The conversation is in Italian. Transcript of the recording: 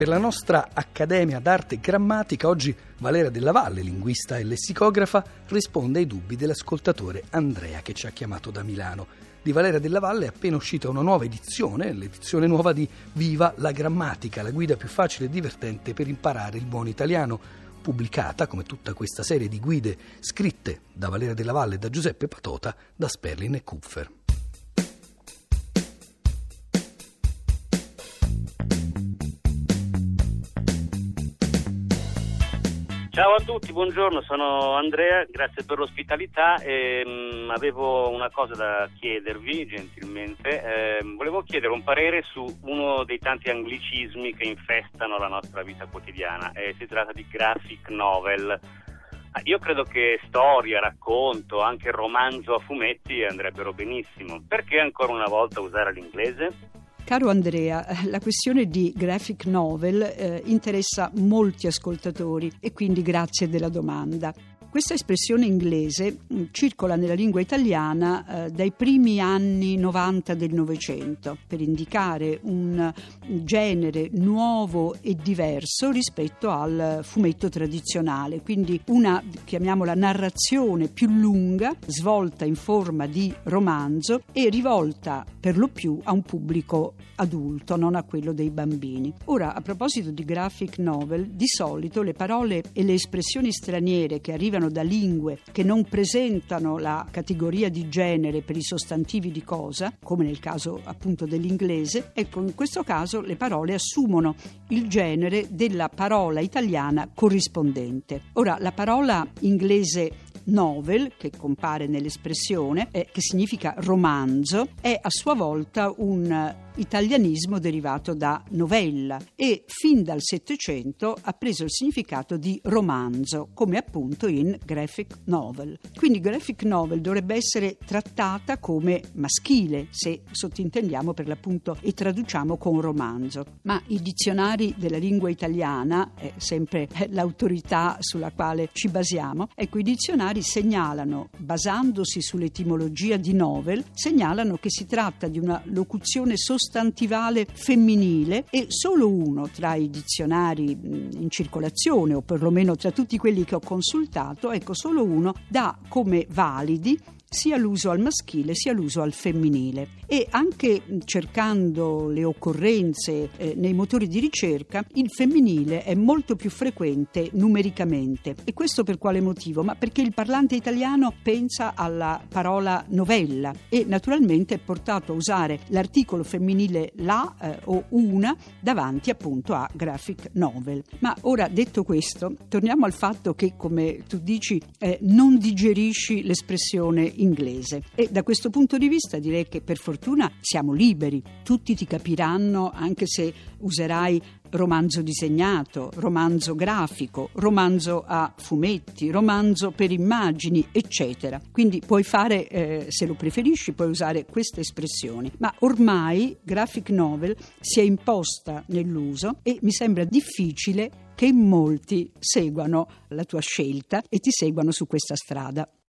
Per la nostra Accademia d'Arte e Grammatica oggi Valeria Della Valle, linguista e lessicografa, risponde ai dubbi dell'ascoltatore Andrea che ci ha chiamato da Milano. Di Valeria Della Valle è appena uscita una nuova edizione, l'edizione nuova di Viva la Grammatica, la guida più facile e divertente per imparare il buon italiano, pubblicata, come tutta questa serie di guide scritte da Valeria Della Valle e da Giuseppe Patota, da Sperlin e Kupfer. Ciao a tutti, buongiorno, sono Andrea, grazie per l'ospitalità e avevo una cosa da chiedervi gentilmente. Volevo chiedere un parere su uno dei tanti anglicismi che infestano la nostra vita quotidiana. Si tratta di graphic novel. Io credo che storia, racconto, anche romanzo a fumetti andrebbero benissimo. Perché ancora una volta usare l'inglese? Caro Andrea, la questione di graphic novel interessa molti ascoltatori e quindi grazie della domanda. Questa espressione inglese circola nella lingua italiana dai primi anni 90 del Novecento per indicare un genere nuovo e diverso rispetto al fumetto tradizionale, quindi una, chiamiamola, narrazione più lunga, svolta in forma di romanzo e rivolta per lo più a un pubblico adulto, non a quello dei bambini. Ora, a proposito di graphic novel, di solito le parole e le espressioni straniere che arrivano da lingue che non presentano la categoria di genere per i sostantivi di cosa, come nel caso appunto dell'inglese, ecco, in questo caso le parole assumono il genere della parola italiana corrispondente. Ora, la parola inglese novel, che compare nell'espressione, che significa romanzo, è a sua volta un italianismo derivato da novella e fin dal Settecento ha preso il significato di romanzo, come appunto in graphic novel. Quindi graphic novel dovrebbe essere trattata come maschile, se sottintendiamo per l'appunto e traduciamo con romanzo. Ma i dizionari della lingua italiana, è sempre l'autorità sulla quale ci basiamo, ecco, i dizionari segnalano, basandosi sull'etimologia di novel, segnalano che si tratta di una locuzione sostantivale femminile e solo uno tra i dizionari in circolazione, o perlomeno tra tutti quelli che ho consultato, ecco, solo uno dà come validi sia l'uso al maschile sia l'uso al femminile. E anche cercando le occorrenze nei motori di ricerca, il femminile è molto più frequente numericamente. E questo per quale motivo? Ma perché il parlante italiano pensa alla parola novella e naturalmente è portato a usare l'articolo femminile la o una davanti appunto a graphic novel. Ma ora, detto questo, torniamo al fatto che, come tu dici, non digerisci l'espressione inglese, e da questo punto di vista direi che per fortuna siamo liberi, tutti ti capiranno anche se userai romanzo disegnato, romanzo grafico, romanzo a fumetti, romanzo per immagini, eccetera. Quindi puoi fare, se lo preferisci, puoi usare queste espressioni. Ma ormai graphic novel si è imposta nell'uso e mi sembra difficile che molti seguano la tua scelta e ti seguano su questa strada.